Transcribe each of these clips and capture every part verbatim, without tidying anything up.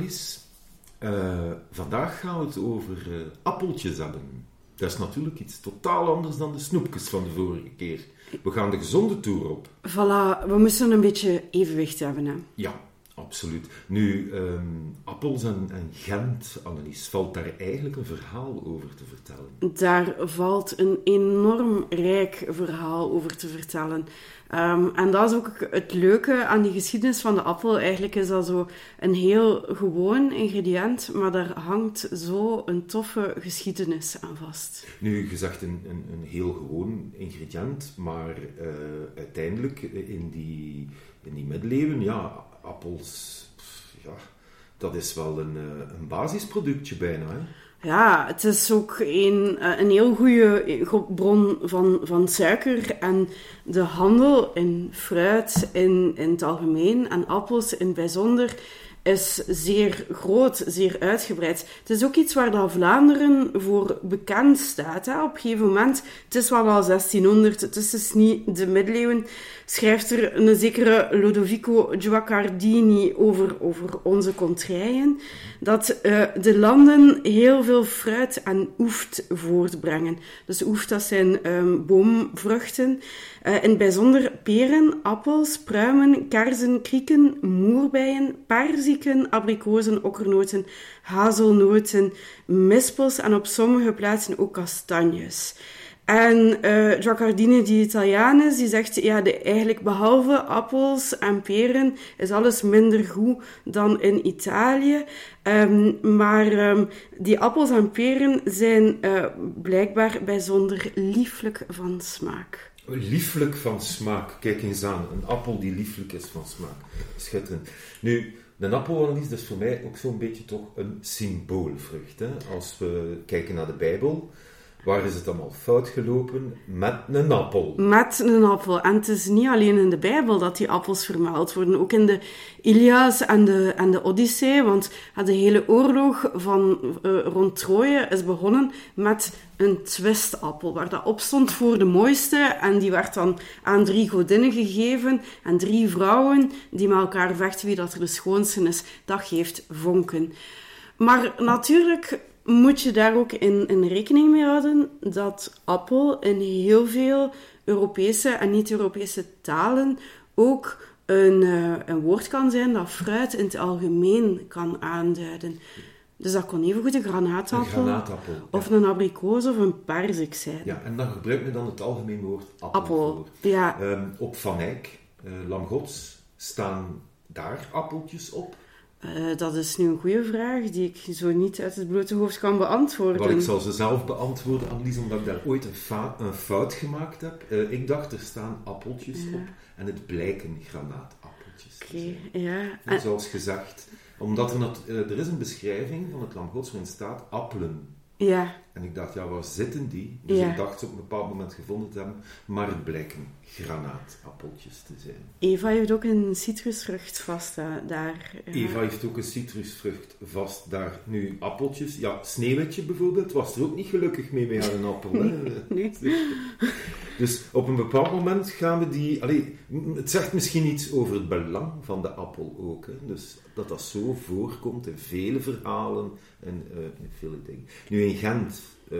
Annelies, uh, vandaag gaan we het over uh, appeltjes hebben. Dat is natuurlijk iets totaal anders dan de snoepjes van de vorige keer. We gaan de gezonde toer op. Voilà, we moesten een beetje evenwicht hebben. Hè? Ja, absoluut. Nu, um, appels en, en Gent, Annelies, valt daar eigenlijk een verhaal over te vertellen? Daar valt een enorm rijk verhaal over te vertellen. Um, en dat is ook het leuke aan die geschiedenis van de appel. Eigenlijk is dat zo een heel gewoon ingrediënt, maar daar hangt zo een toffe geschiedenis aan vast. Nu, je zegt een, een, een heel gewoon ingrediënt, maar uh, uiteindelijk in die, in die middeleeuwen, ja, appels, ja, dat is wel een, een basisproductje bijna, hè? Ja, het is ook een, een heel goede bron van, van suiker. En de handel in fruit in, in het algemeen en appels in het bijzonder is zeer groot, zeer uitgebreid. Het is ook iets waar dat Vlaanderen voor bekend staat. Hè. Op een gegeven moment, het is wel al zestienhonderd, het is dus niet de middeleeuwen, schrijft er een zekere Lodovico Guaccardini over, over onze contraien, dat uh, de landen heel veel fruit en oeft voortbrengen. Dus oeft, dat zijn um, boomvruchten. Uh, in het bijzonder peren, appels, pruimen, kersen, krieken, moerbeien, perziken, abrikozen, okkernoten, hazelnoten, mispels en op sommige plaatsen ook kastanjes. En uh, Guaccardini, die Italiaan is, die zegt, ja, de, eigenlijk behalve appels en peren is alles minder goed dan in Italië. Um, maar um, die appels en peren zijn uh, blijkbaar bijzonder lieflijk van smaak. Lieflijk van smaak. Kijk eens aan. Een appel die lieflijk is van smaak. Schitterend. Nu, de appel, Annelies, dat is voor mij ook zo'n beetje toch een symboolvrucht. Hè? Als we kijken naar de Bijbel, waar is het allemaal fout gelopen? Met een appel. Met een appel. En het is niet alleen in de Bijbel dat die appels vermeld worden. Ook in de Ilias en de, en de Odyssee. Want de hele oorlog van, uh, rond Troje is begonnen met een twistappel. Waar dat op stond voor de mooiste. En die werd dan aan drie godinnen gegeven. En drie vrouwen die met elkaar vechten wie dat er de schoonste is. Dat geeft vonken. Maar natuurlijk moet je daar ook in, in rekening mee houden dat appel in heel veel Europese en niet-Europese talen ook een, uh, een woord kan zijn dat fruit in het algemeen kan aanduiden. Dus dat kon evengoed een granaatappel, een granaatappel of ja. een abrikoos of een perzik zijn. Ja, en dan gebruikt men dan het algemeen woord appel. Appel, ja. Um, op Van Eyck, uh, Lamgods, staan daar appeltjes op? Uh, dat is nu een goede vraag die ik zo niet uit het blote hoofd kan beantwoorden. Wel, ik zal ze zelf beantwoorden, Annelies, omdat ik daar ooit een, fa- een fout gemaakt heb. Uh, ik dacht, er staan appeltjes ja. op en het blijken granaatappeltjes te okay, zijn. ja. En zoals gezegd, omdat er, not, uh, er is een beschrijving van het Lamgods waarin staat appelen. Ja. En ik dacht, ja, waar zitten die? Dus ja. ik dacht ze op een bepaald moment gevonden te hebben, maar het blijken granaatappeltjes te zijn. Eva heeft ook een citrusvrucht vast uh, daar. Ja. Eva heeft ook een citrusvrucht vast daar. Nu, appeltjes. Ja, Sneeuwwitje bijvoorbeeld was er ook niet gelukkig mee bij haar een appel. Hè? Nee. Dus op een bepaald moment gaan we die... Allee, het zegt misschien iets over het belang van de appel ook. Hè? Dus dat dat zo voorkomt in vele verhalen en uh, in vele dingen. Nu, in Gent, uh,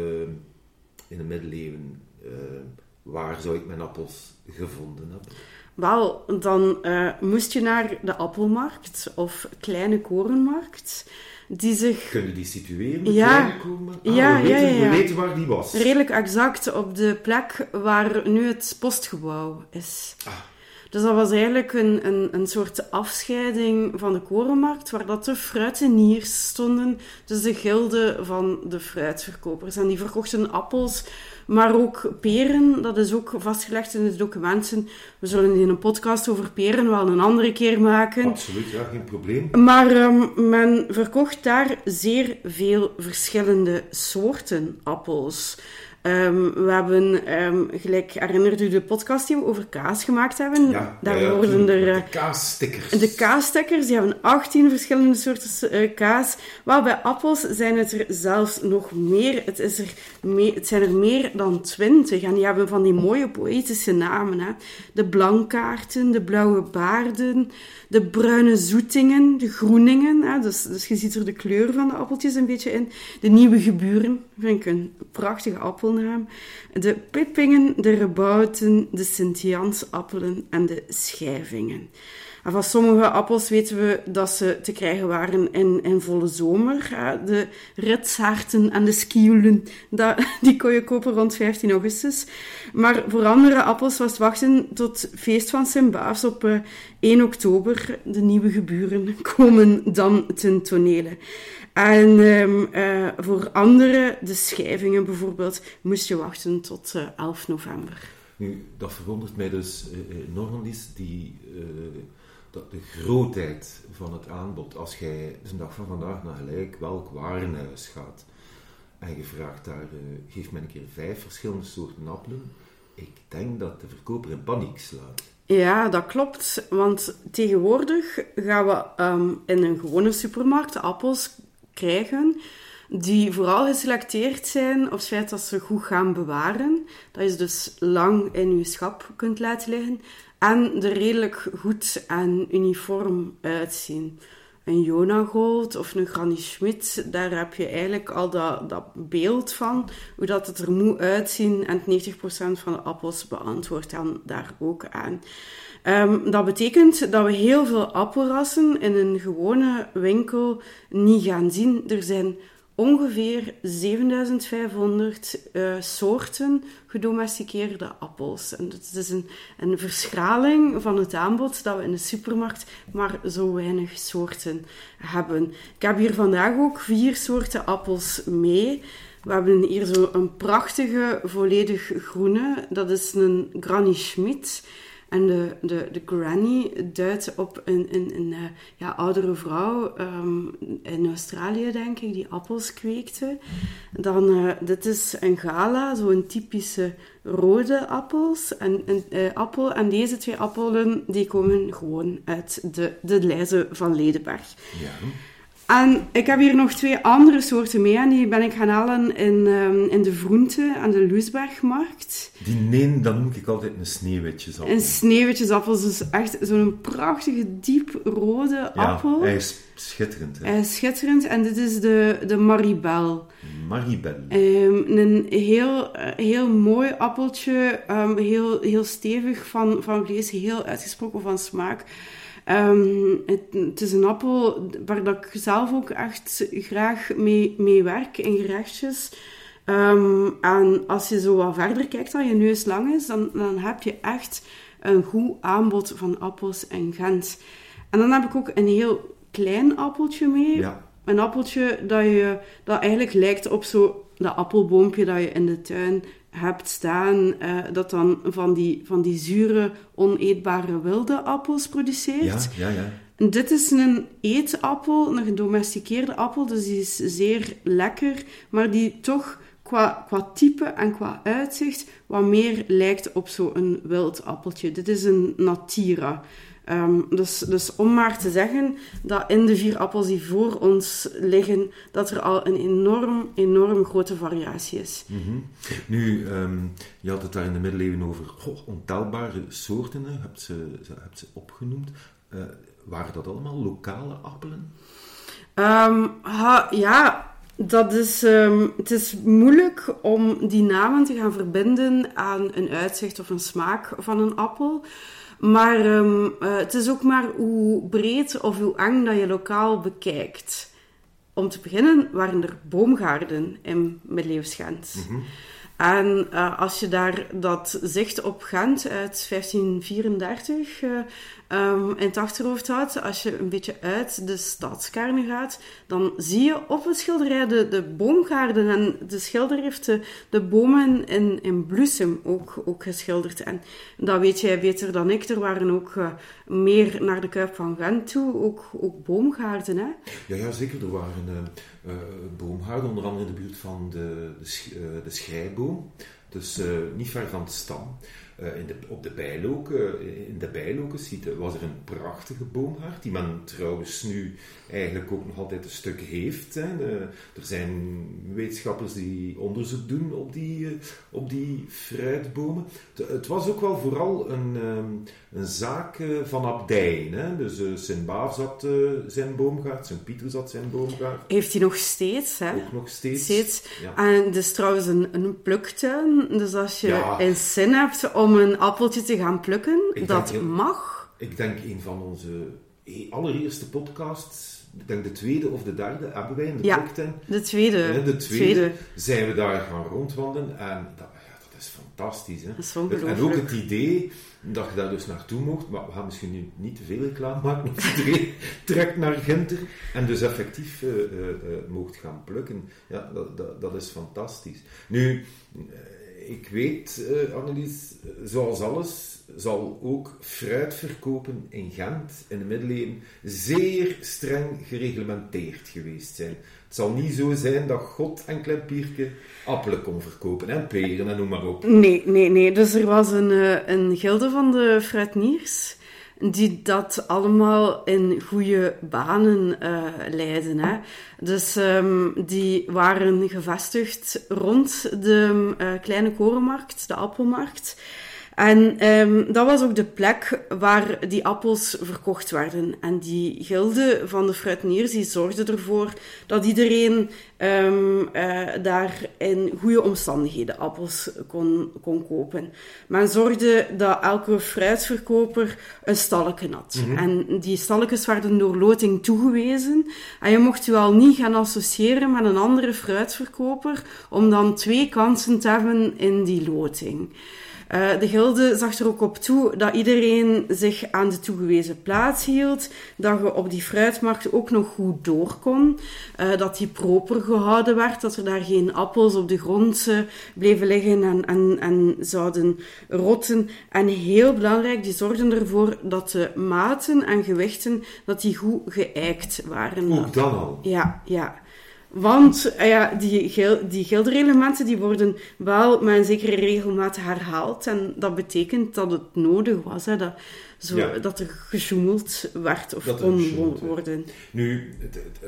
in de middeleeuwen, uh, waar zou ik mijn appels gevonden hebben? Wel, dan uh, moest je naar de appelmarkt of kleine korenmarkt, die zich... Kunnen we die situeren? De ja. kleine korenmarkt? Ah, ja, we, weten, ja, ja, ja. we weten waar die was. Redelijk exact op de plek waar nu het postgebouw is. Ah. Dus dat was eigenlijk een, een, een soort afscheiding van de korenmarkt, waar dat de fruiteniers stonden, dus de gilde van de fruitverkopers. En die verkochten appels, maar ook peren. Dat is ook vastgelegd in de documenten. We zullen in een podcast over peren wel een andere keer maken. Absoluut, ja, geen probleem. Maar um, men verkocht daar zeer veel verschillende soorten appels. Um, we hebben, um, gelijk herinnert u de podcast die we over kaas gemaakt hebben? Ja, daar ja, worden er... de kaasstickers. De kaasstickers, die hebben achttien verschillende soorten uh, kaas. Wel, bij appels zijn het er zelfs nog meer. Het, is er mee, het zijn er meer dan twintig. En die hebben van die mooie poëtische namen. Hè. De blankaarten, de blauwe baarden, de bruine zoetingen, de groeningen. Hè. Dus, dus je ziet er de kleur van de appeltjes een beetje in. De nieuwe geburen, vind ik een prachtige appelnaam. De pippingen, de rebauten, de Sint-Jansappelen en de schijvingen. En van sommige appels weten we dat ze te krijgen waren in, in volle zomer. Hè. De ritsaarten en de skioelen, die kon je kopen rond vijftien augustus. Maar voor andere appels was het wachten tot het feest van Sint-Baafs op uh, één oktober. De nieuwe geburen komen dan ten tonele. En um, uh, voor andere, de schijvingen bijvoorbeeld, moest je wachten tot uh, elf november. Nu, dat verwondert mij dus uh, enorm, Lies, die... Uh, Dat de grootheid van het aanbod, als jij de dag van vandaag naar gelijk welk warenhuis gaat en je vraagt daar, uh, geef mij een keer vijf verschillende soorten appelen, ik denk dat de verkoper in paniek slaat. Ja, dat klopt, want tegenwoordig gaan we um, in een gewone supermarkt appels krijgen die vooral geselecteerd zijn op het feit dat ze goed gaan bewaren, dat je dus lang in je schap kunt laten liggen, en er redelijk goed en uniform uitzien. Een Jonagold of een Granny Schmidt, daar heb je eigenlijk al dat, dat beeld van, hoe dat het er moet uitzien. En negentig procent van de appels beantwoordt dan daar ook aan. Um, dat betekent dat we heel veel appelrassen in een gewone winkel niet gaan zien. Er zijn ongeveer zevenduizend vijfhonderd uh, soorten gedomesticeerde appels. En dat is een, een verschraling van het aanbod dat we in de supermarkt maar zo weinig soorten hebben. Ik heb hier vandaag ook vier soorten appels mee. We hebben hier zo een prachtige, volledig groene. Dat is een Granny Schmidt. En de, de, de granny duidt op een, een, een uh, ja, oudere vrouw um, in Australië, denk ik, die appels kweekte. Dan, uh, dit is een gala, zo'n typische rode appels, en, een, uh, appel. En deze twee appelen, die komen gewoon uit de, de lijzen van Ledenberg. Ja. En ik heb hier nog twee andere soorten mee. En die ben ik gaan halen in, um, in de Vroente aan de Loesbergmarkt. Die nee, dat noem ik altijd een sneeuwwitjesappel. Een sneeuwwitjesappel, dus echt zo'n prachtige, diep rode ja, appel. Hij is schitterend. Hè? Hij is schitterend. En dit is de, de Maribel. Maribel. Um, een heel, heel mooi appeltje. Um, heel, heel stevig van, van vlees, heel uitgesproken van smaak. Um, het, het is een appel waar dat ik zelf ook echt graag mee, mee werk in gerechtjes. Um, en als je zo wat verder kijkt dan je neus lang is, dan, dan heb je echt een goed aanbod van appels in Gent. En dan heb ik ook een heel klein appeltje mee. Ja. Een appeltje dat, je, dat eigenlijk lijkt op zo dat appelboompje dat je in de tuin hebt staan, uh, dat dan van die, van die zure, oneetbare wilde appels produceert. Ja, ja, ja. En dit is een eetappel, een gedomesticeerde appel, dus die is zeer lekker, maar die toch qua, qua type en qua uitzicht wat meer lijkt op zo'n wild appeltje. Dit is een Natira. Um, dus, dus om maar te zeggen dat in de vier appels die voor ons liggen, dat er al een enorm, enorm grote variatie is. Mm-hmm. Nu, um, je had het daar in de middeleeuwen over oh, ontelbare soorten, je hebt ze, je hebt ze opgenoemd. Uh, waren dat allemaal lokale appelen? Um, ha, ja, dat is, um, het is moeilijk om die namen te gaan verbinden aan een uitzicht of een smaak van een appel. Maar um, uh, het is ook maar hoe breed of hoe eng dat je lokaal bekijkt. Om te beginnen waren er boomgaarden in middeleeuws Gent. Mm-hmm. En uh, als je daar dat zicht op Gent uit vijftien vierendertig uh, um, in het achterhoofd houdt, als je een beetje uit de stadskern gaat, dan zie je op het schilderij de, de boomgaarden. En de schilder heeft de, de bomen in, in bloesem ook, ook geschilderd. En dat weet jij beter dan ik. Er waren ook uh, meer naar de Kuip van Gent toe, ook, ook boomgaarden. Hè? Ja, ja, zeker. Er waren uh, uh, boomgaarden, onder andere in de buurt van de, de, sch- uh, de schrijboom. Dus uh, niet ver van de stam. Uh, in de, op de bijloken, uh, in de bijloken ziet, uh, was er een prachtige boomgaard, die men trouwens nu eigenlijk ook nog altijd een stuk heeft. Hè. Uh, er zijn wetenschappers die onderzoek doen op die, uh, op die fruitbomen. Het, het was ook wel vooral een, um, een zaak uh, van abdijen. Hè. Dus uh, Sint-Baaf zat uh, zijn boomgaard, Sint-Pieter zat zijn boomgaard. Heeft hij nog steeds, hè? Ook nog steeds. steeds. Ja. En het is trouwens een, een pluktuin. Dus als je Ja. een zin hebt om een appeltje te gaan plukken, Ik dat denk heel- mag. Ik denk een van onze e- allereerste podcasts, ik denk de tweede of de derde, hebben wij in de Ja. pluktuin. De tweede. Ja, de tweede, zijn we daar gaan rondwandelen en dat, ja, dat is fantastisch. Hè? Dat is En ongelooflijk. ook het idee dat je daar dus naartoe mocht, maar we gaan misschien nu niet te veel reclame maken, of iedereen trekt naar Ginter en dus effectief uh, uh, uh, mocht gaan plukken. Ja, dat, dat, dat is fantastisch. Nu, uh, ik weet, uh, Annelies, zoals alles, zal ook fruit verkopen in Gent in de middeleeuwen zeer streng gereglementeerd geweest zijn. Het zal niet zo zijn dat God en Kleppierke appelen kon verkopen, en peren en noem maar op. Nee, nee, nee. Dus er was een, uh, een gilde van de fruitniers die dat allemaal in goede banen uh, leiden. Hè. Dus um, die waren gevestigd rond de uh, kleine korenmarkt, de appelmarkt. En um, dat was ook de plek waar die appels verkocht werden. En die gilde van de fruiteniers die zorgde ervoor dat iedereen um, uh, daar in goede omstandigheden appels kon, kon kopen. Men zorgde dat elke fruitverkoper een stalletje had. Mm-hmm. En die stalletjes werden door loting toegewezen. En je mocht je al niet gaan associëren met een andere fruitverkoper om dan twee kansen te hebben in die loting. Uh, de gilde zag er ook op toe dat iedereen zich aan de toegewezen plaats hield, dat je op die fruitmarkt ook nog goed door kon, uh, dat die proper gehouden werd, dat er daar geen appels op de grond uh, bleven liggen en, en, en zouden rotten. En heel belangrijk, die zorgden ervoor dat de maten en gewichten dat die goed geëikt waren. Ook dan al? Ja, ja. Want uh, ja, die, gil, die gildereglementen die worden wel met een zekere regelmaat herhaald. En dat betekent dat het nodig was, hè, dat, zo, ja. dat er gesjoemeld werd of dat kon worden. Nu, het, het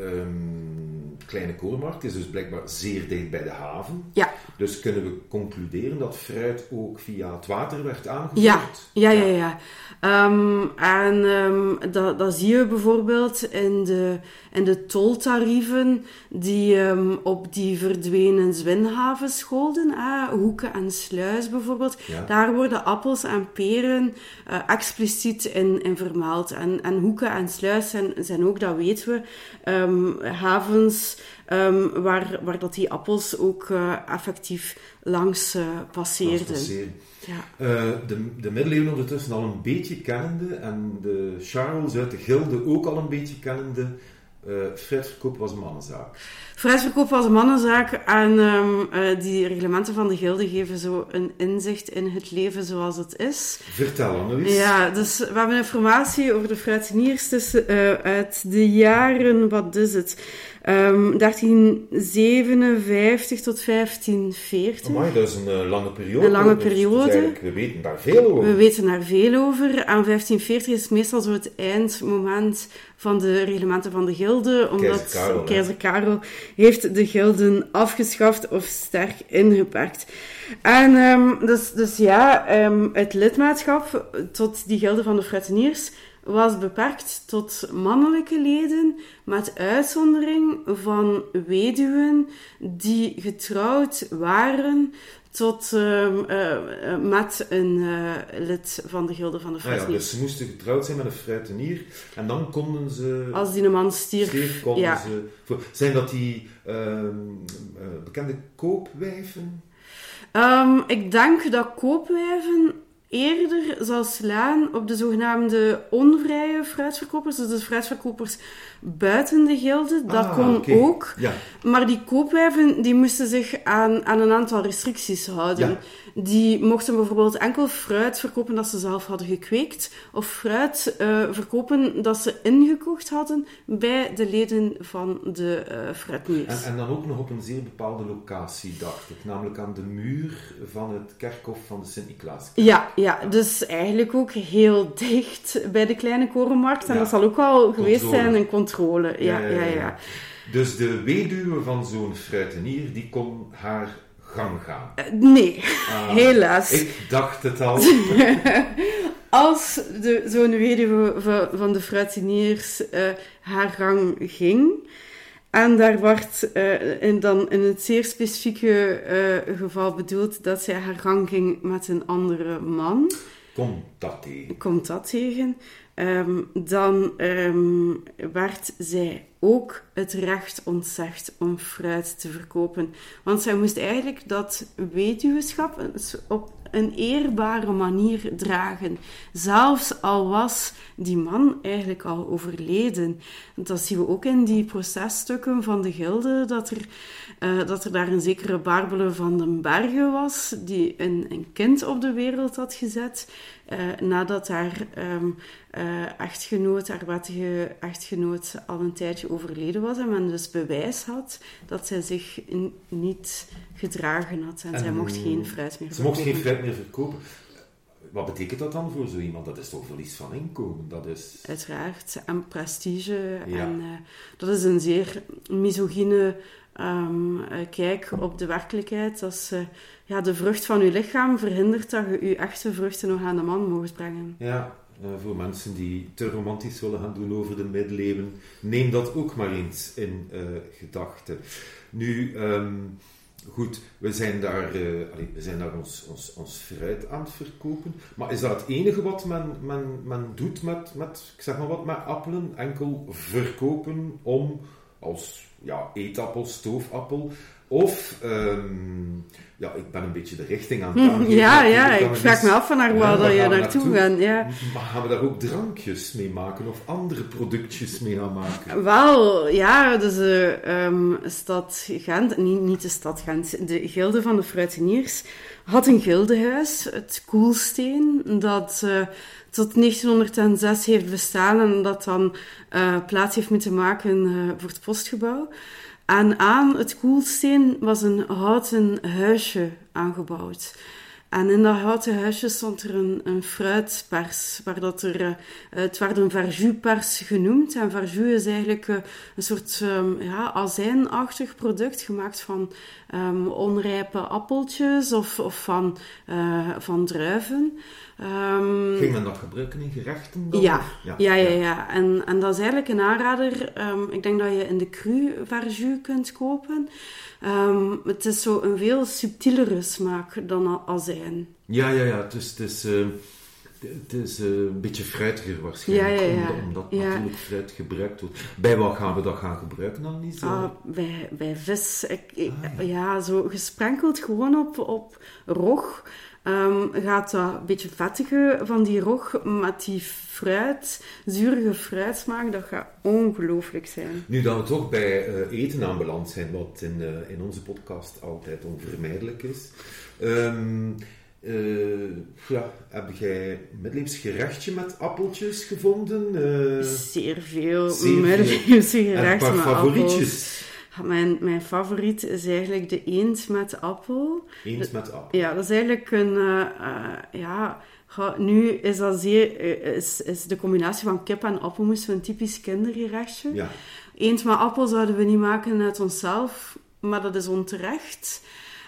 um, kleine korenmarkt is dus blijkbaar zeer dicht bij de haven. Ja. Dus kunnen we concluderen dat fruit ook via het water werd aangevoerd? Ja, ja, ja. ja, ja. Um, en um, dat, dat zie je bijvoorbeeld in de, in de toltarieven die um, op die verdwenen zwinhavens scholden. Eh, Hoeken en Sluis bijvoorbeeld. Ja. Daar worden appels en peren uh, expliciet in, in vermeld. En, en Hoeken en Sluis zijn, zijn ook, dat weten we, um, havens um, waar, waar dat die appels ook uh, effectief langs uh, passeerden. Langs passeren. Ja. Uh, de, de middeleeuwen ondertussen al een beetje kennende en de Charles uit de gilde ook al een beetje kennende, uh, fruitverkoop was een mannenzaak. Fruitverkoop was een mannenzaak en um, uh, die reglementen van de gilde geven zo een inzicht in het leven zoals het is. Vertel, Annelies. Ja, dus we hebben informatie over de fruiteniers tussen, uh, uit de jaren, wat is het, um, dertien zevenenvijftig tot vijftien veertig. Amai, dat is een uh, lange periode. Een lange dus, periode. Dus we weten daar veel over. We weten daar veel over. En vijftien veertig is meestal zo het eindmoment van de reglementen van de gilde, omdat Keizer Karel, keizer Karel heeft de gilden afgeschaft of sterk ingeperkt. En um, dus, dus ja, um, het lidmaatschap tot die gilde van de fruiteniers was beperkt tot mannelijke leden, met uitzondering van weduwen die getrouwd waren tot, uh, uh, met een uh, lid van de gilde van de fruiteniers. Ah ja, dus ze moesten getrouwd zijn met een fruitenier en dan konden ze... Als die een man stierf, stierf konden ja. ze... Zijn dat die uh, uh, bekende koopwijven? Um, ik denk dat koopwijven eerder zal slaan op de zogenaamde onvrije fruitverkopers, dus de fruitverkopers buiten de gilde. Dat Ah, kon okay. ook. Ja. Maar die koopwijven die moesten zich aan, aan een aantal restricties houden. Ja. Die mochten bijvoorbeeld enkel fruit verkopen dat ze zelf hadden gekweekt, of fruit uh, verkopen dat ze ingekocht hadden bij de leden van de uh, fruitniers. En, en dan ook nog op een zeer bepaalde locatie, dacht ik. Namelijk aan de muur van het kerkhof van de Sint-Niklaas. Ja, ja, dus eigenlijk ook heel dicht bij de kleine korenmarkt. En Ja. dat zal ook al geweest Controle. zijn, een controle. Ja, Ja, ja, ja, ja. ja. ja. Dus de weduwe van zo'n fruitenier, die kon haar gang gaan. Uh, nee, Ah, helaas. Ik dacht het al. Als de, zo'n weduwe van, van de fruiteniers uh, haar gang ging, en daar wordt uh, in, dan in het zeer specifieke uh, geval bedoeld dat zij haar gang ging met een andere man. Komt dat tegen? Komt dat tegen? Um, dan um, werd zij ook het recht ontzegd om fruit te verkopen. Want zij moest eigenlijk dat weduweschap op een eerbare manier dragen. Zelfs al was die man eigenlijk al overleden. Dat zien we ook in die processtukken van de gilde, dat er, uh, dat er daar een zekere Barbele van den Berge was, die een, een kind op de wereld had gezet, uh, nadat haar um, uh, echtgenoot, haar wettige echtgenoot, al een tijdje overleden was en men dus bewijs had dat zij zich n- niet gedragen had en, en zij mocht geen fruit meer ze verkopen. mocht geen fruit meer verkopen. Wat betekent dat dan voor zo iemand? Dat is toch verlies van inkomen? Dat is... Uiteraard. En prestige. Ja. En uh, dat is een zeer misogyne um, uh, kijk op de werkelijkheid. Dat is, uh, ja, de vrucht van uw lichaam verhindert dat je uw echte vruchten nog aan de man mocht brengen. Ja, uh, voor mensen die te romantisch willen gaan doen over de middeleeuwen, neem dat ook maar eens in uh, gedachten. Nu... Um, Goed, we zijn daar, uh, allee, we zijn daar ons, ons, ons fruit aan het verkopen. Maar is dat het enige wat men, men, men doet met, met, ik zeg maar wat, met appelen? Enkel verkopen om, als ja, eetappel, stoofappel? Of, um, ja, ik ben een beetje de richting aan het aangeven. Ja, ja, ik ik vraag me af van naar waar ja, je naartoe gaat. Ja. Maar gaan we daar ook drankjes mee maken of andere productjes mee gaan maken? Wel, ja, dus de um, stad Gent, niet, niet de stad Gent, de gilde van de fruiteniers had een gildehuis, het Koelsteen, dat uh, tot negentienhonderdzes heeft bestaan en dat dan uh, plaats heeft moeten maken uh, voor het postgebouw. En aan het Koelsteen was een houten huisje aangebouwd. En in dat houten huisje stond er een, een fruitpers, waar dat er, uh, het werd een verjus-pers genoemd. En verjus is eigenlijk uh, een soort um, ja, azijnachtig product, gemaakt van um, onrijpe appeltjes of, of van, uh, van druiven. Um, Ging men dat gebruiken in gerechten dan? Ja, ja, ja, ja. ja. En, en dat is eigenlijk een aanrader. Um, ik denk dat je in de cru verjus kunt kopen. Um, het is zo een veel subtielere smaak dan azijn. Ja, ja, ja. Het is, het is, uh, het is uh, een beetje fruitiger waarschijnlijk, ja, ja, ja. omdat, omdat ja. natuurlijk fruit gebruikt wordt. Bij wat gaan we dat gaan gebruiken dan niet zo? Ah, bij, bij vis. Ik, ik, ah. Ja, zo gesprenkeld gewoon op, op rog. Um, gaat dat een beetje vettige van die rog met die fruit, zurige fruitsmaak, dat gaat ongelooflijk zijn. Nu dat we toch bij uh, eten aanbeland zijn, wat in, uh, in onze podcast altijd onvermijdelijk is. Um, uh, ja, heb jij middeleeuws gerechtje met appeltjes gevonden? Uh, Zeer veel zeer middeleeuwse gerechten met een paar favorietjes. appels. Mijn, mijn favoriet is eigenlijk de eend met appel. Eend met appel. Ja, dat is eigenlijk een... Uh, uh, ja, nu is dat zeer... Uh, is, is de combinatie van kip en appelmoes een typisch kindergerechtje. Ja. Eend met appel zouden we niet maken uit onszelf, maar dat is onterecht.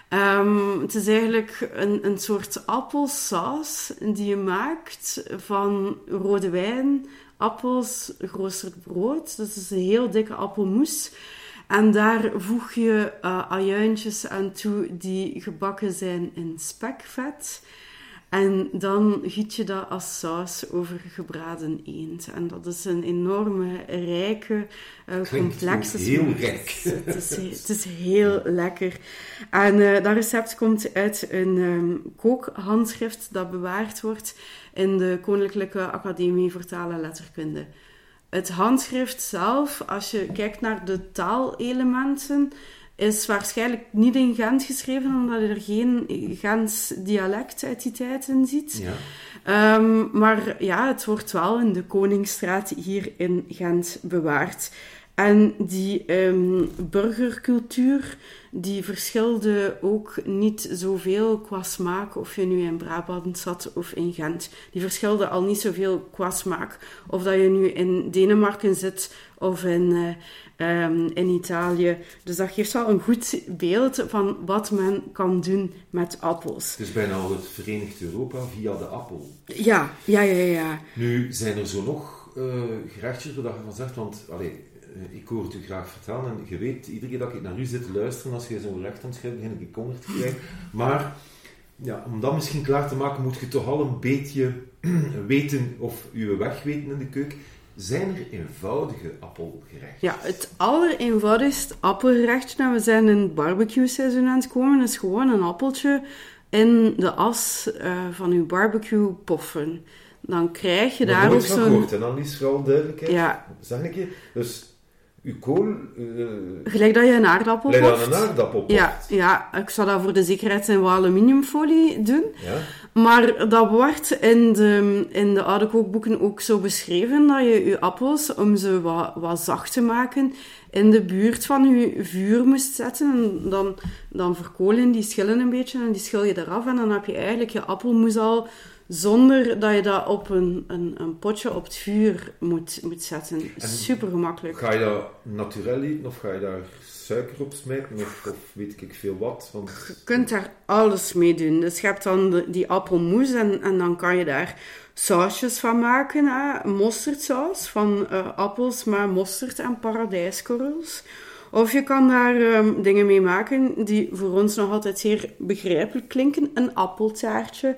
Um, het is eigenlijk een, een soort appelsaus die je maakt van rode wijn, appels, geroosterd brood. Dus het is een heel dikke appelmoes. En daar voeg je uh, ajuintjes aan toe die gebakken zijn in spekvet. En dan giet je dat als saus over gebraden eend. En dat is een enorme, rijke, uh, complexe heel smaak. rijk. Het is, het is heel lekker. En uh, dat recept komt uit een um, kookhandschrift dat bewaard wordt in de Koninklijke Academie voor Taal en Letterkunde. Het handschrift zelf, als je kijkt naar de taalelementen, is waarschijnlijk niet in Gent geschreven, omdat je er geen Gents dialect uit die tijd in ziet. Ja. Um, maar ja, het wordt wel in de Koningsstraat hier in Gent bewaard. En die um, burgercultuur, die verschilde ook niet zoveel qua smaak, of je nu in Brabant zat of in Gent. Die verschilde al niet zoveel qua smaak. Of dat je nu in Denemarken zit of in, uh, um, in Italië. Dus dat geeft wel een goed beeld van wat men kan doen met appels. Het is bijna al het Verenigd Europa via de appel. Ja, ja, ja, ja. Nu, zijn er zo nog uh, gerechtjes waar je van zegt, want... Allee, ik hoor het u graag vertellen en je weet, iedere keer dat ik naar u zit te luisteren, als je zo'n recht aan het schrijven, begin ik honger te krijgen. Maar ja, om dat misschien klaar te maken, moet je toch al een beetje weten of uw weg weten in de keuken. Zijn er eenvoudige appelgerechten? Ja, het allereenvoudigste appelgerechtje, en we zijn in het barbecue-seizoen aan het komen, is gewoon een appeltje in de as uh, van uw barbecue poffen. Dan krijg je maar daar ook zo'n... gehoord, en dan is vooral duidelijkheid. Ja. Zeg een keer. Dus uw kool... Uh, Gelijk dat je een aardappel poft. Gelijk dat een aardappel poft. Ja, ja, ik zou dat voor de zekerheid in wat aluminiumfolie doen. Ja. Maar dat wordt in de, in de oude kookboeken ook zo beschreven, dat je je appels, om ze wat, wat zacht te maken, in de buurt van je vuur moest zetten. En dan, dan verkolen die schillen een beetje en die schil je eraf. En dan heb je eigenlijk je appelmoes al... Zonder dat je dat op een, een, een potje op het vuur moet, moet zetten. Super gemakkelijk. Ga je dat naturel eten of ga je daar suiker op smijten of, of weet ik veel wat? Want... Je kunt daar alles mee doen. Dus je hebt dan de, die appelmoes en, en dan kan je daar sausjes van maken. Hè? Mosterdsaus van uh, appels met mosterd en paradijskorrels. Of je kan daar um, dingen mee maken die voor ons nog altijd zeer begrijpelijk klinken. Een appeltaartje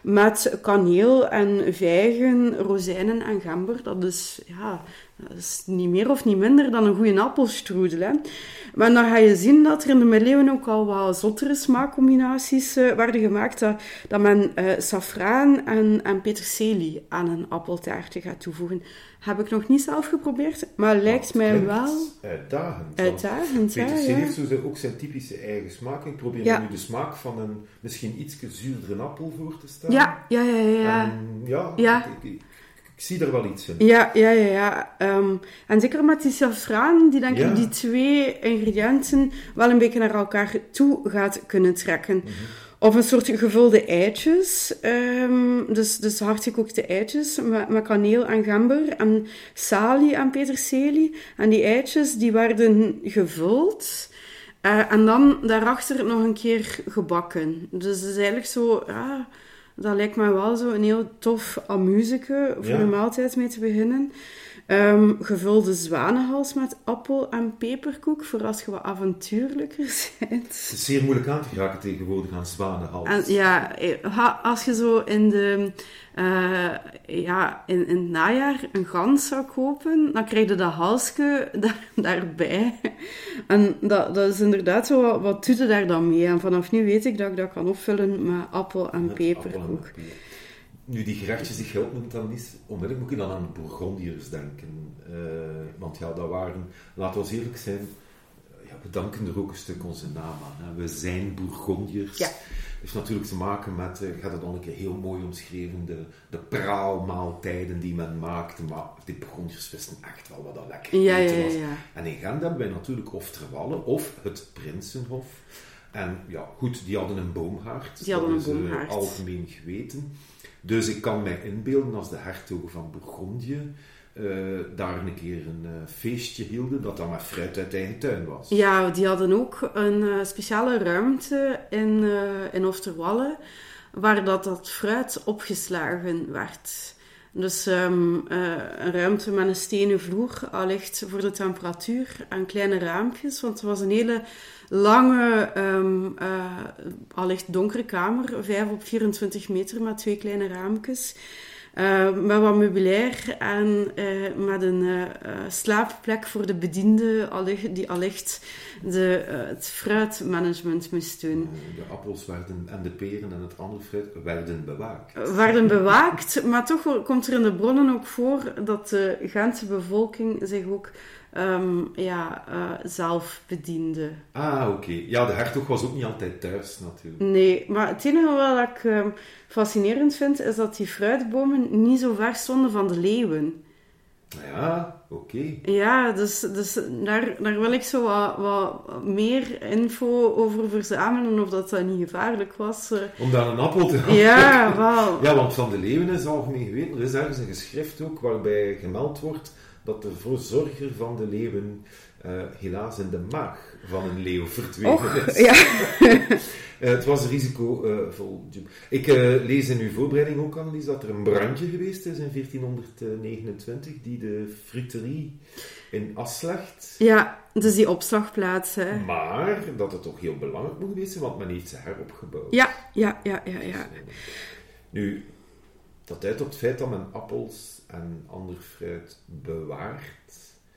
met kaneel en vijgen, rozijnen en gember. Dat is, ja, dat is niet meer of niet minder dan een goede appelstroedel. Hè. Maar dan ga je zien dat er in de middeleeuwen ook al wat zottere smaakcombinaties uh, werden gemaakt. Dat, dat men uh, saffraan en, en peterselie aan een appeltaartje gaat toevoegen. Heb ik nog niet zelf geprobeerd, maar lijkt mij wel... Uitdagend. Uitdagend, ja. Peterselie ja. heeft zo ook zijn typische eigen smaak. Ik probeer ja. nu de smaak van een misschien iets zuurdere appel voor te stellen. Ja, ja, ja, ja. En, ja, ja. Ik, ik, ik, ik zie er wel iets in. Ja, ja, ja. ja. Um, en zeker met die saffraan, die denk ja. ik die twee ingrediënten wel een beetje naar elkaar toe gaat kunnen trekken. Mm-hmm. Of een soort gevulde eitjes. Um, dus, dus hardgekookte eitjes met, met kaneel en gember en salie en peterselie. En die eitjes die werden gevuld. Uh, en dan daarachter nog een keer gebakken. Dus het is eigenlijk zo... Ja, dat lijkt mij wel zo een heel tof amuseke voor ja. een maaltijd mee te beginnen. Um, gevulde zwanenhals met appel en peperkoek, voor als je wat avontuurlijker bent. Het is zeer moeilijk aan te geraken tegenwoordig aan zwanenhals. En ja, als je zo in, de, uh, ja, in, in het najaar een gans zou kopen, dan krijg je dat halsje daar, daarbij. En dat, dat is inderdaad zo, wat, wat doe je daar dan mee? En vanaf nu weet ik dat ik dat kan opvullen met appel en met peperkoek. Appel en peper. Nu, die gerechtjes die Gelt noemt dan niet, onmiddellijk moet je dan aan Bourgondiërs denken. Uh, want ja, dat waren, laten we eerlijk zijn, ja, we danken er ook een stuk onze naam aan. Hè. We zijn Bourgondiërs. Ja. heeft natuurlijk te maken met, uh, ik had het al een keer heel mooi omschreven, de, de praalmaaltijden die men maakte, maar die Bourgondiërs wisten echt wel wat dat lekker ja, eten ja, was. ja, ja. En in Gent hebben wij natuurlijk of Terwallen of het Prinsenhof. En ja, goed, die hadden een boomhaard. Die hadden dat een is boomhaard. Uh, algemeen geweten. Dus ik kan mij inbeelden als de hertogen van Bourgondië uh, daar een keer een uh, feestje hielden, dat dan met fruit uit eigen tuin was. Ja, die hadden ook een uh, speciale ruimte in, uh, in Ofterwallen, waar dat, dat fruit opgeslagen werd. Dus um, uh, een ruimte met een stenen vloer, allicht voor de temperatuur, en kleine raampjes, want het was een hele lange, um, uh, allicht donkere kamer, vijf op vierentwintig meter met twee kleine raampjes. Uh, met wat meubilair en uh, met een uh, slaapplek voor de bedienden allicht, die allicht de, uh, het fruitmanagement moest doen. De appels werden, en de peren en het andere fruit werden bewaakt. Werden bewaakt, maar toch komt er in de bronnen ook voor dat de Gentse bevolking zich ook um, ja, uh, zelf bediende. Ah, oké. Okay. Ja, de hertog was ook niet altijd thuis natuurlijk. Nee, maar het enige wat ik um, fascinerend vind, is dat die fruitbomen niet zo ver stonden van de leeuwen. Ja, oké. Okay. Ja, dus, dus daar, daar wil ik zo wat, wat meer info over verzamelen, of dat dat niet gevaarlijk was. Om daar een appel te halen. Ja, wel. Ja, want van de leeuwen is algemeen geweten. Er is ergens een geschrift ook waarbij gemeld wordt dat de verzorger van de leeuwen uh, helaas in de maag van een leeuw verdwenen Och, is. Ja. uh, het was risicovol. Uh, ik uh, lees in uw voorbereiding ook, Annelies, dat er een brandje geweest is in veertienhonderdnegenentwintig die de fruiterie in Aslecht... Ja, dus die opslagplaats. Hè. Maar dat het toch heel belangrijk moet geweest zijn, want men heeft ze heropgebouwd. Ja, ja, ja, ja. ja. Nu, dat duidt op het feit dat men appels en ander fruit bewaart.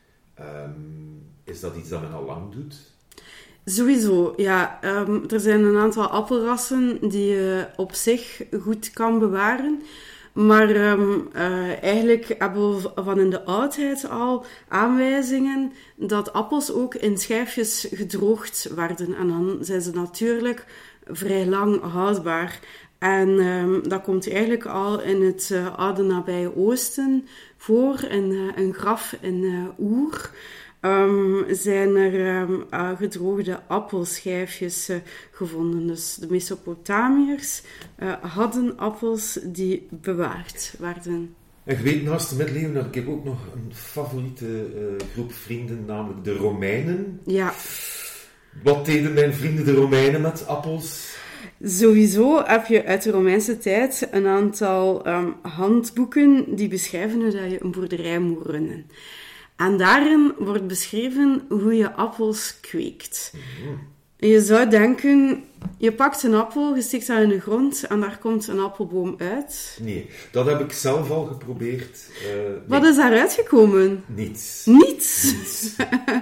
Um, is dat iets dat men al lang doet? Sowieso, ja. Um, er zijn een aantal appelrassen die je op zich goed kan bewaren. Maar um, uh, eigenlijk hebben we van in de oudheid al aanwijzingen dat appels ook in schijfjes gedroogd werden. En dan zijn ze natuurlijk vrij lang houdbaar. En um, dat komt eigenlijk al in het uh, oude nabije Oosten voor. In uh, een graf in uh, Oer um, zijn er um, uh, gedroogde appelschijfjes uh, gevonden. Dus de Mesopotamiërs uh, hadden appels die bewaard werden. En geweten naast de middeleeuwen had ik ook nog een favoriete uh, groep vrienden, namelijk de Romeinen. Ja. Wat deden mijn vrienden de Romeinen met appels? Sowieso heb je uit de Romeinse tijd een aantal um, handboeken die beschrijven hoe dat je een boerderij moet runnen. En daarin wordt beschreven hoe je appels kweekt. Mm-hmm. Je zou denken, je pakt een appel, je steekt dat in de grond en daar komt een appelboom uit. Nee, dat heb ik zelf al geprobeerd. Uh, nee. Wat is daaruit gekomen? Niets. Niets? Niets.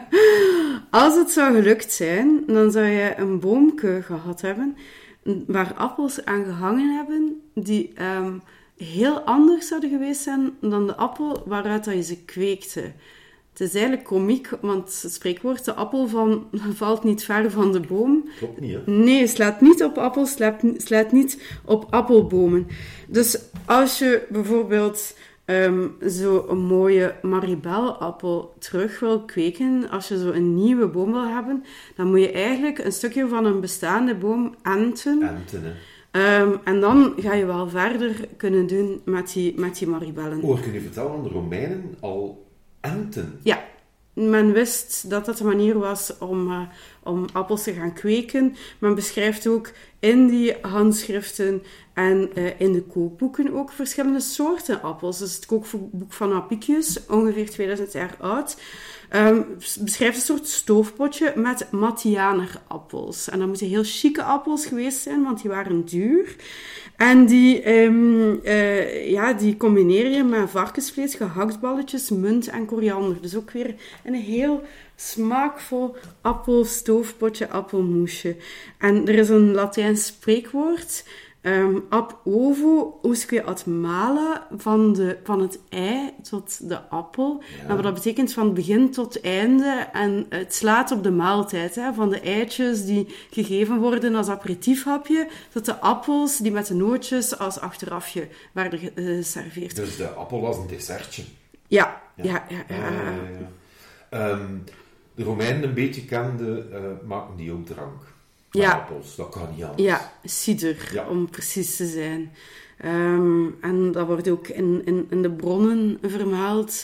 Als het zou gelukt zijn, dan zou je een boomke gehad hebben waar appels aan gehangen hebben die um, heel anders zouden geweest zijn dan de appel waaruit dat je ze kweekte. Het is eigenlijk komiek, want het spreekwoord, de appel van, valt niet ver van de boom. Klopt niet, hè? Nee, slaat niet op appels, slaat, slaat niet op appelbomen. Dus als je bijvoorbeeld um, zo'n mooie Maribel-appel terug wil kweken, als je zo een nieuwe boom wil hebben, dan moet je eigenlijk een stukje van een bestaande boom enten. Enten, hè? Um, en dan ga je wel verder kunnen doen met die, met die Maribellen. Oh, kun je vertellen aan de Romeinen al enten? Ja, men wist dat dat de manier was om, uh, om appels te gaan kweken. Men beschrijft ook in die handschriften en uh, in de kookboeken ook verschillende soorten appels. Dus het kookboek van Apicius, ongeveer tweeduizend jaar oud, um, beschrijft een soort stoofpotje met Mattianerappels. En dat moeten heel chique appels geweest zijn, want die waren duur. En die, um, uh, ja, die combineer je met varkensvlees, gehaktballetjes, munt en koriander. Dus ook weer een heel smaakvol appelstoofpotje, appelmoesje. En er is een Latijns spreekwoord, um, ab ovo usque ad mala, van, de, van het ei tot de appel. Ja. En dat betekent van het begin tot het einde. En het slaat op de maaltijd, hè, van de eitjes die gegeven worden als aperitiefhapje, tot de appels die met de nootjes als achterafje werden geserveerd. Dus de appel was een dessertje. Ja, ja, ja. ja, ja. ja, ja, ja. Um, de Romeinen een beetje kenden, uh, maken die ook drank. Ja. Appels, dat kan niet anders. Ja, cider, ja. Om precies te zijn. Um, en dat wordt ook in, in, in de bronnen vermeld.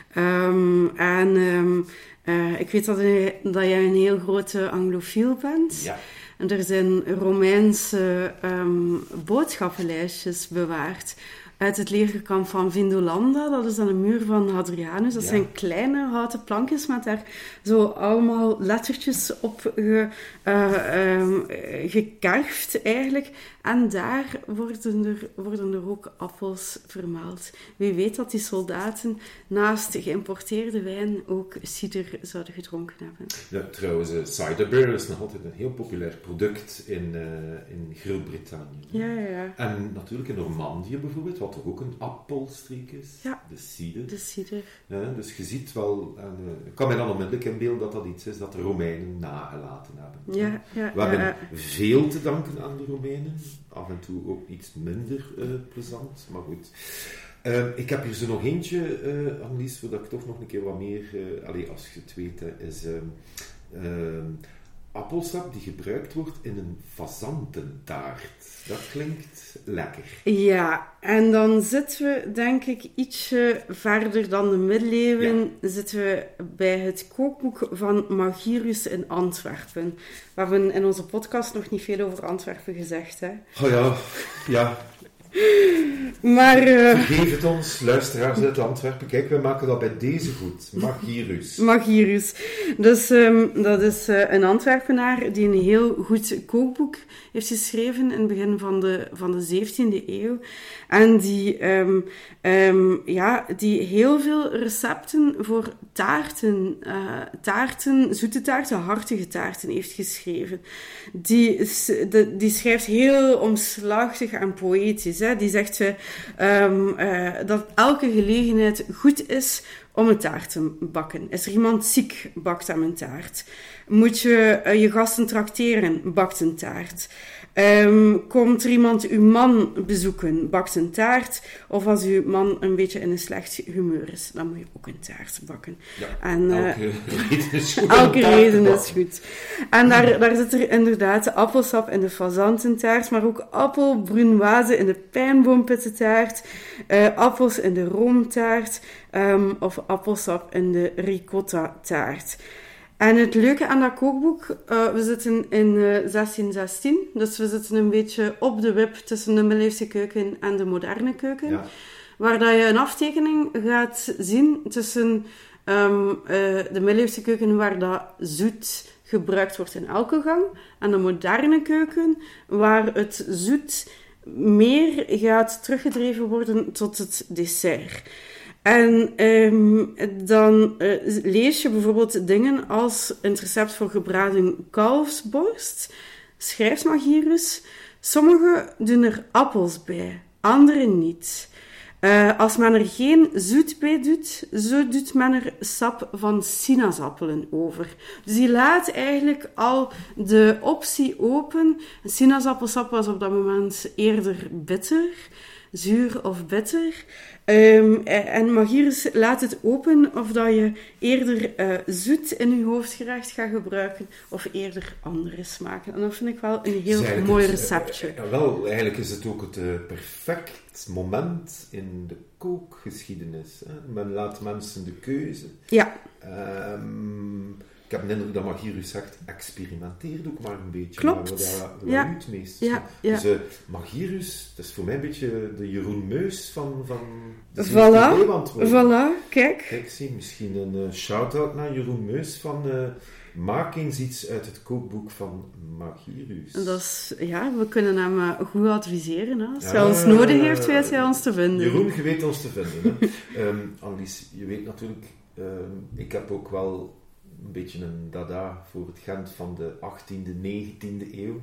Um, en um, uh, ik weet dat, je, dat jij een heel grote anglofiel bent. Ja. En er zijn Romeinse um, boodschappenlijstjes bewaard. uit het legerkamp van Vindolanda. Dat is dan een muur van Hadrianus. Dat Ja. zijn kleine houten plankjes met daar zo allemaal lettertjes op ge, uh, um, gekarfd eigenlijk. En daar worden er, worden er ook appels vermeld. Wie weet dat die soldaten naast geïmporteerde wijn ook cider zouden gedronken hebben. Ja, trouwens, uh, cider beer is nog altijd een heel populair product in, uh, in Groot-Brittannië. Ja, ja, ja. En natuurlijk in Normandië bijvoorbeeld, wat toch ook een appelstreek is. Ja. De cider. De cider. Ja, dus je ziet wel, en, uh, ik kan mij dan onmiddellijk inbeelden dat dat iets is dat de Romeinen nagelaten hebben. Ja, ja, We hebben ja. veel te danken aan de Romeinen. Af en toe ook iets minder uh, plezant, maar goed. Uh, ik heb hier zo nog eentje, uh, Annelies, zodat ik toch nog een keer wat meer... Uh, allez, als je het weet, hè, is... Uh, uh, appelsap die gebruikt wordt in een fazantentaart. Dat klinkt lekker. Ja, en dan zitten we, denk ik, ietsje verder dan de middeleeuwen, ja. zitten we bij het kookboek van Magirus in Antwerpen. We hebben in onze podcast nog niet veel over Antwerpen gezegd, hè? Oh ja, ja. Maar... Uh... Vergeef het ons, luisteraars uit Antwerpen. Kijk, we maken dat bij deze goed. Magirus. Magirus. Dus um, dat is uh, een Antwerpenaar die een heel goed kookboek heeft geschreven in het begin van de, van de zeventiende eeuw. En die, um, um, ja, die heel veel recepten voor taarten, uh, taarten, zoete taarten, hartige taarten heeft geschreven. Die, de, die schrijft heel omslachtig en poëtisch. Hè. Die zegt uh, um, uh, dat elke gelegenheid goed is om een taart te bakken. Is er iemand ziek, bakt hem een taart. Moet je uh, je gasten trakteren, bakt een taart. Um, komt er iemand uw man bezoeken, bakt een taart. Of als uw man een beetje in een slecht humeur is, dan moet je ook een taart bakken. Ja, en, uh, elke reden is goed. Elke reden is goed. En daar, daar zit er inderdaad appelsap in de fazantentaart, maar ook appel brunoise in de pijnboompitentaart, uh, appels in de roomtaart, um, of appelsap in de ricotta taart. En het leuke aan dat kookboek, uh, we zitten in uh, zestien zestien, dus we zitten een beetje op de wip tussen de middeleeuwse keuken en de moderne keuken, ja. waar dat je een aftekening gaat zien tussen um, uh, de middeleeuwse keuken, waar dat zoet gebruikt wordt in elke gang, en de moderne keuken, waar het zoet meer gaat teruggedreven worden tot het dessert. En um, dan uh, lees je bijvoorbeeld dingen als een recept voor gebraden kalfsborst. Schrijft Magirus. Sommigen doen er appels bij, anderen niet. Uh, als men er geen zoet bij doet, zo doet men er sap van sinaasappelen over. Dus die laat eigenlijk al de optie open. Een sinaasappelsap was op dat moment eerder bitter, zuur of bitter. Um, en Magirus laat het open of dat je eerder uh, zoet in je hoofdgerecht gaat gebruiken of eerder andere smaken. En dat vind ik wel een heel mooi receptje. Het, uh, wel, eigenlijk is het ook het uh, perfect moment in de kookgeschiedenis. Hè? Men laat mensen de keuze. Ja. Um, ik heb de indruk dat Magirus zegt, experimenteer ook maar een beetje. Klopt. Maar wat, wat ja. u het meest. Ja. Ja. Dus uh, Magirus, dat is voor mij een beetje de Jeroen Meus van, van de voilà. Zeeuwantwoorden. Voilà, kijk. Kijk, zie, misschien een uh, shout-out naar Jeroen Meus van... Uh, maak eens iets uit het kookboek van Magirus. Dat is, ja, we kunnen hem uh, goed adviseren. Hè. Als ja, hij ons nodig heeft, weet hij ons te vinden. Jeroen, je weet ons te vinden. Hè. um, Annelies, je weet natuurlijk... Um, ik heb ook wel een beetje een dada voor het Gent van de achttiende, negentiende eeuw.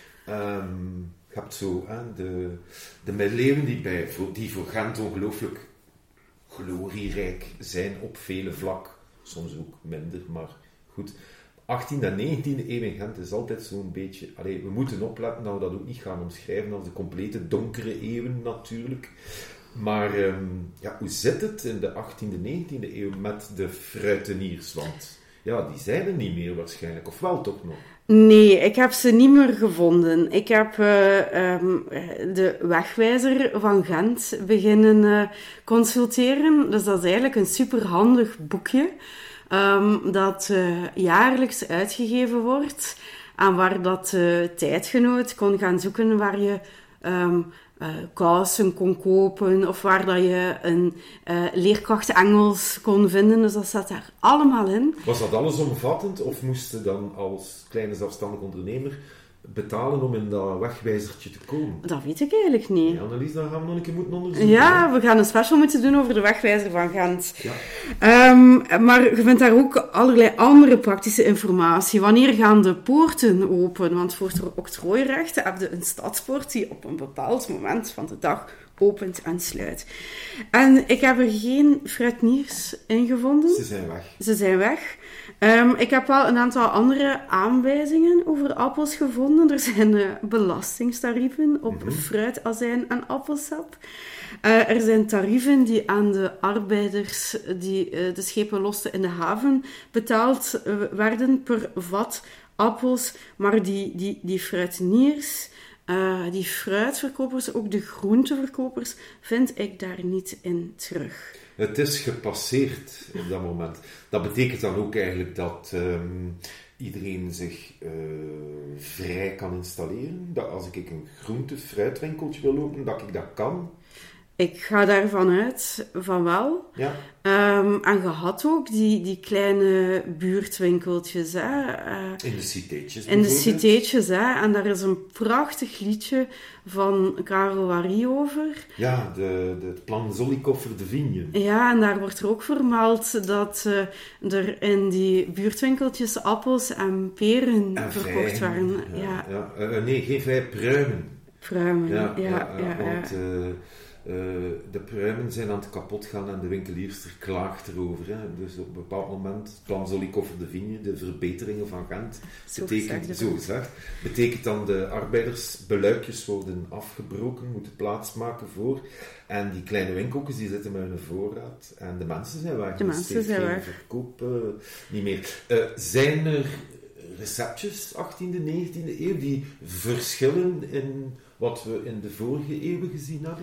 Um, je hebt zo hè, de, de middeleeuwen die, bij, voor, die voor Gent ongelooflijk glorierijk zijn op vele vlakken. Soms ook minder, maar goed... achttiende en negentiende eeuw in Gent is altijd zo'n beetje... Allee, we moeten opletten dat we dat ook niet gaan omschrijven als de complete donkere eeuwen natuurlijk. Maar um, ja, hoe zit het in de achttiende, negentiende eeuw met de fruiteniers? Want ja, die zijn er niet meer waarschijnlijk. Of wel toch nog? Nee, ik heb ze niet meer gevonden. Ik heb uh, um, de wegwijzer van Gent beginnen uh, consulteren. Dus dat is eigenlijk een superhandig boekje. Um, dat uh, jaarlijks uitgegeven wordt en waar dat uh, tijdgenoot kon gaan zoeken waar je um, uh, kousen kon kopen of waar dat je een uh, leerkracht Engels kon vinden. Dus dat staat daar allemaal in. Was dat allesomvattend of moest je dan als kleine zelfstandig ondernemer betalen om in dat wegwijzertje te komen? Dat weet ik eigenlijk niet. Ja, Annelies, dat gaan we nog een keer moeten onderzoeken. Ja, we gaan een special moeten doen over de wegwijzer van Gent. Ja. Um, maar je vindt daar ook allerlei andere praktische informatie. Wanneer gaan de poorten open? Want voor het octrooirecht heb je een stadspoort die op een bepaald moment van de dag opent en sluit. En ik heb er geen fruitniers in gevonden. Ze zijn weg. Ze zijn weg. Um, ik heb wel een aantal andere aanwijzingen over appels gevonden. Er zijn uh, belastingtarieven op mm-hmm. fruit, azijn en appelsap. Uh, er zijn tarieven die aan de arbeiders die uh, de schepen losten in de haven betaald uh, werden per vat appels. Maar die, die, die fruitniers, uh, die fruitverkopers, ook de groenteverkopers, vind ik daar niet in terug. Het is gepasseerd op dat moment. Dat betekent dan ook eigenlijk dat um, iedereen zich uh, vrij kan installeren. Dat als ik een groente-fruitwinkeltje wil openen, dat ik dat kan. Ik ga daarvan uit, van wel. Ja. Um, en je had ook die, die kleine buurtwinkeltjes. Hè. Uh, in de citéetjes In de citéetjes, hè. En daar is een prachtig liedje van Karel Wary over. Ja, de, de, het plan Zollikoff voor de Vigne. Ja, en daar wordt er ook vermeld dat uh, er in die buurtwinkeltjes appels en peren en verkocht vijgen. waren. Ja, Ja. Ja. Uh, nee, geen vijf, pruimen. Pruimen, ja. Ja, ja, ja, ja, ja. want uh, uh, de pruimen zijn aan het kapot gaan en de winkelierster klaagt erover. Hè. Dus op een bepaald moment, het plan Zollikoff voor de Vigne, de verbeteringen van Gent, Zo betekent, gezegd, zo gezegd, betekent dan de arbeidersbeluikjes worden afgebroken, moeten plaatsmaken voor. En die kleine winkeltjes die zitten met hun voorraad. En de mensen zijn weg. De dus mensen het heeft zijn geen weg. verkoop uh, niet meer. Uh, zijn er receptjes, achttiende, negentiende eeuw, die verschillen in wat we in de vorige eeuwen gezien hebben?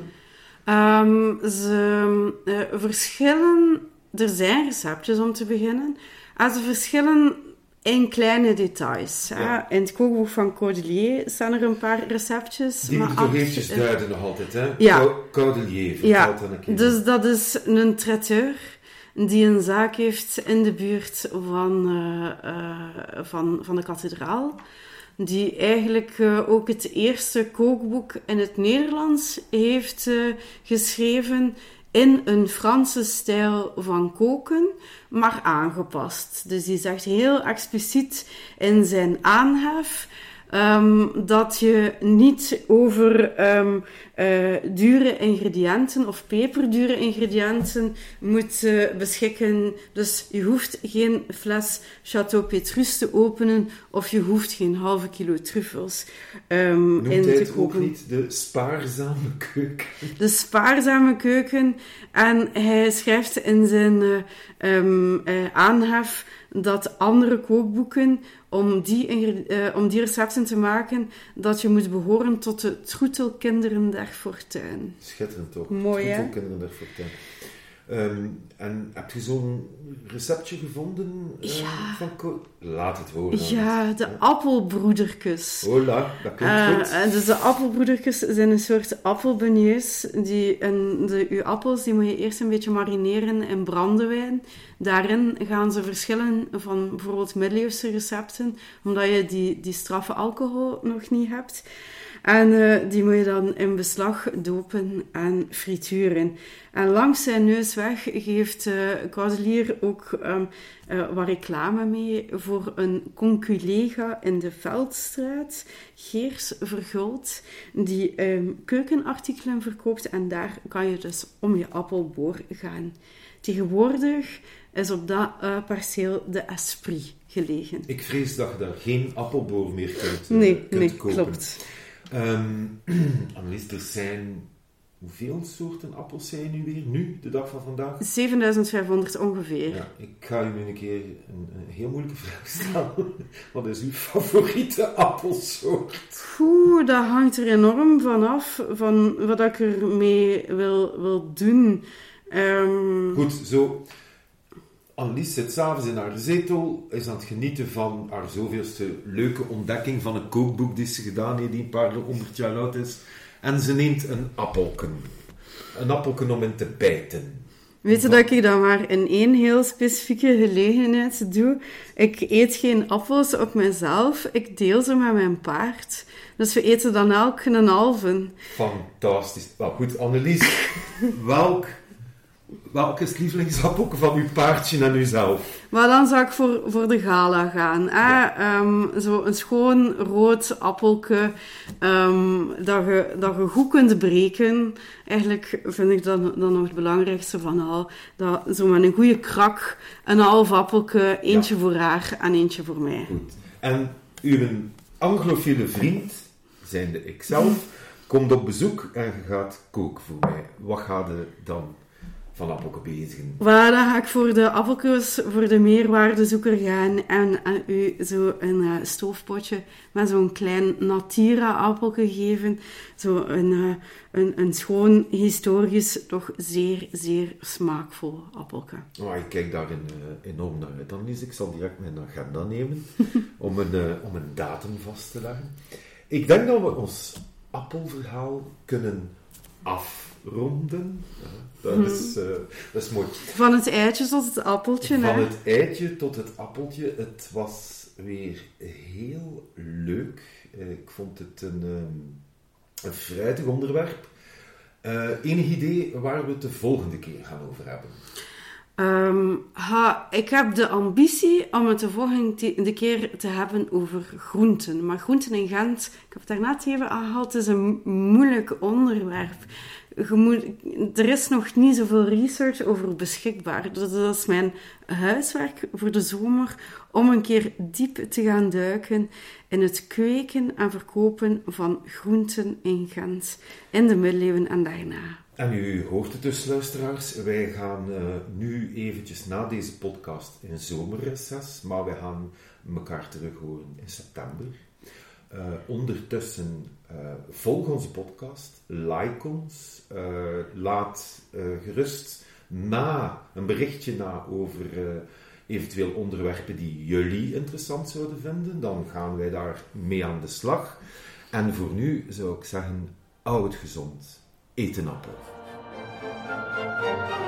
Um, ze uh, verschillen... Er zijn receptjes om te beginnen. En ze verschillen in kleine details. Ja. Hè. In het kookboek van Caudelier staan er een paar receptjes. Die maar moet toch af- eventjes duiden nog altijd, hè? Ja. Caudelier, vertel Ja, dan een keer. dus dat is een traiteur die een zaak heeft in de buurt van, uh, uh, van, van de kathedraal. Die eigenlijk uh, ook het eerste kookboek in het Nederlands heeft uh, geschreven in een Franse stijl van koken, maar aangepast. Dus die zegt heel expliciet in zijn aanhef um, dat je niet over um, uh, dure ingrediënten of peperdure ingrediënten moet uh, beschikken. Dus je hoeft geen fles Chateau Petrus te openen of je hoeft geen halve kilo truffels um, Noemt in hij te het ook koken. niet de spaarzame keuken? De spaarzame keuken. En hij schrijft in zijn uh, um, uh, aanhef dat andere kookboeken, om die, uh, om die recepten te maken, dat je moet behoren tot de troetelkinderen der fortuin. Schitterend toch? Mooi, hè? Troetelkinderen der fortuin. Um, en heb je zo'n receptje gevonden? Uh, Ja. Van ko- Laat het horen. Ja, de Ja. appelbroedertjes. Hola, dat klinkt Uh, goed. en dus de appelbroedertjes zijn een soort appelbeignets. Die, en de, uw appels die moet je eerst een beetje marineren in brandewijn. Daarin gaan ze verschillen van bijvoorbeeld middeleeuwse recepten, omdat je die, die straffe alcohol nog niet hebt. En uh, die moet je dan in beslag dopen en frituren. En langs zijn neusweg geeft uh, Caudelier ook um, uh, wat reclame mee voor een conculega in de Veldstraat, Geers Verguld, die um, keukenartikelen verkoopt. En daar kan je dus om je appelboor gaan. Tegenwoordig is op dat uh, perceel de Esprit gelegen. Ik vrees dat je daar geen appelboor meer kunt, uh, Nee, kunt nee, kopen. klopt. Um, Annelies, er zijn... Hoeveel soorten appels zijn nu weer? Nu, de dag van vandaag? zevenduizend vijfhonderd ongeveer. Ja, ik ga u nu een keer een, een heel moeilijke vraag stellen. Wat is uw favoriete appelsoort? Oeh, dat hangt er enorm van af, van wat ik ermee wil, wil doen. Um... Goed, zo... Annelies zit s'avonds in haar zetel, is aan het genieten van haar zoveelste leuke ontdekking van een kookboek die ze gedaan heeft, die een paar honderd jaar oud is. En ze neemt een appelken. Een appelken om in te bijten. Weet je dat ik dat maar in één heel specifieke gelegenheid doe? Ik eet geen appels op mezelf, ik deel ze met mijn paard. Dus we eten dan elk een halve. Fantastisch. Nou goed, Annelies, welk, welk is het lievelingsappelken van uw paardje en uzelf? Maar dan zou ik voor, voor de gala gaan. Eh? Ja. Um, zo een schoon rood appelke um, dat, je, dat je goed kunt breken. Eigenlijk vind ik dat dan nog het belangrijkste van al. Dat zo met een goede krak, een half appelke, eentje ja. voor haar en eentje voor mij. Goed. En uw anglofiele vriend, zijnde ikzelf, komt op bezoek en je gaat koken voor mij. Wat gaat je dan van appelke bezigen? Well, dan ga ik voor de appelkoos, voor de meerwaardezoeker gaan en, en u zo een uh, stoofpotje met zo'n klein Natura-appelke geven. Zo een, uh, een, een schoon, historisch, toch zeer, zeer smaakvol appelke. Oh, ik kijk daar in, uh, enorm naar uit. Dan ik zal direct mijn agenda nemen om, een, uh, om een datum vast te leggen. Ik denk dat we ons appelverhaal kunnen afronden. Ja, dat, is, uh, dat is mooi. Van het eitje tot het appeltje. Van hè? het eitje tot het appeltje. Het was weer heel leuk. Uh, ik vond het een, um, een fruitig onderwerp. Uh, enig idee waar we het de volgende keer gaan over hebben? Um, ha, ik heb de ambitie om het de volgende keer te hebben over groenten. Maar groenten in Gent, ik heb het daarnet even aangehaald, het is een moeilijk onderwerp. Je moet, er is nog niet zoveel research over beschikbaar. Dus dat is mijn huiswerk voor de zomer, om een keer diep te gaan duiken in het kweken en verkopen van groenten in Gent, in de middeleeuwen en daarna. En u hoort het dus, luisteraars. Wij gaan uh, nu eventjes na deze podcast in zomerreces, maar wij gaan elkaar terug horen in september. Uh, ondertussen, uh, volg onze podcast, like ons, uh, laat uh, gerust na, een berichtje na over uh, eventueel onderwerpen die jullie interessant zouden vinden. Dan gaan wij daar mee aan de slag. En voor nu zou ik zeggen, hou het gezond. Eet een appel.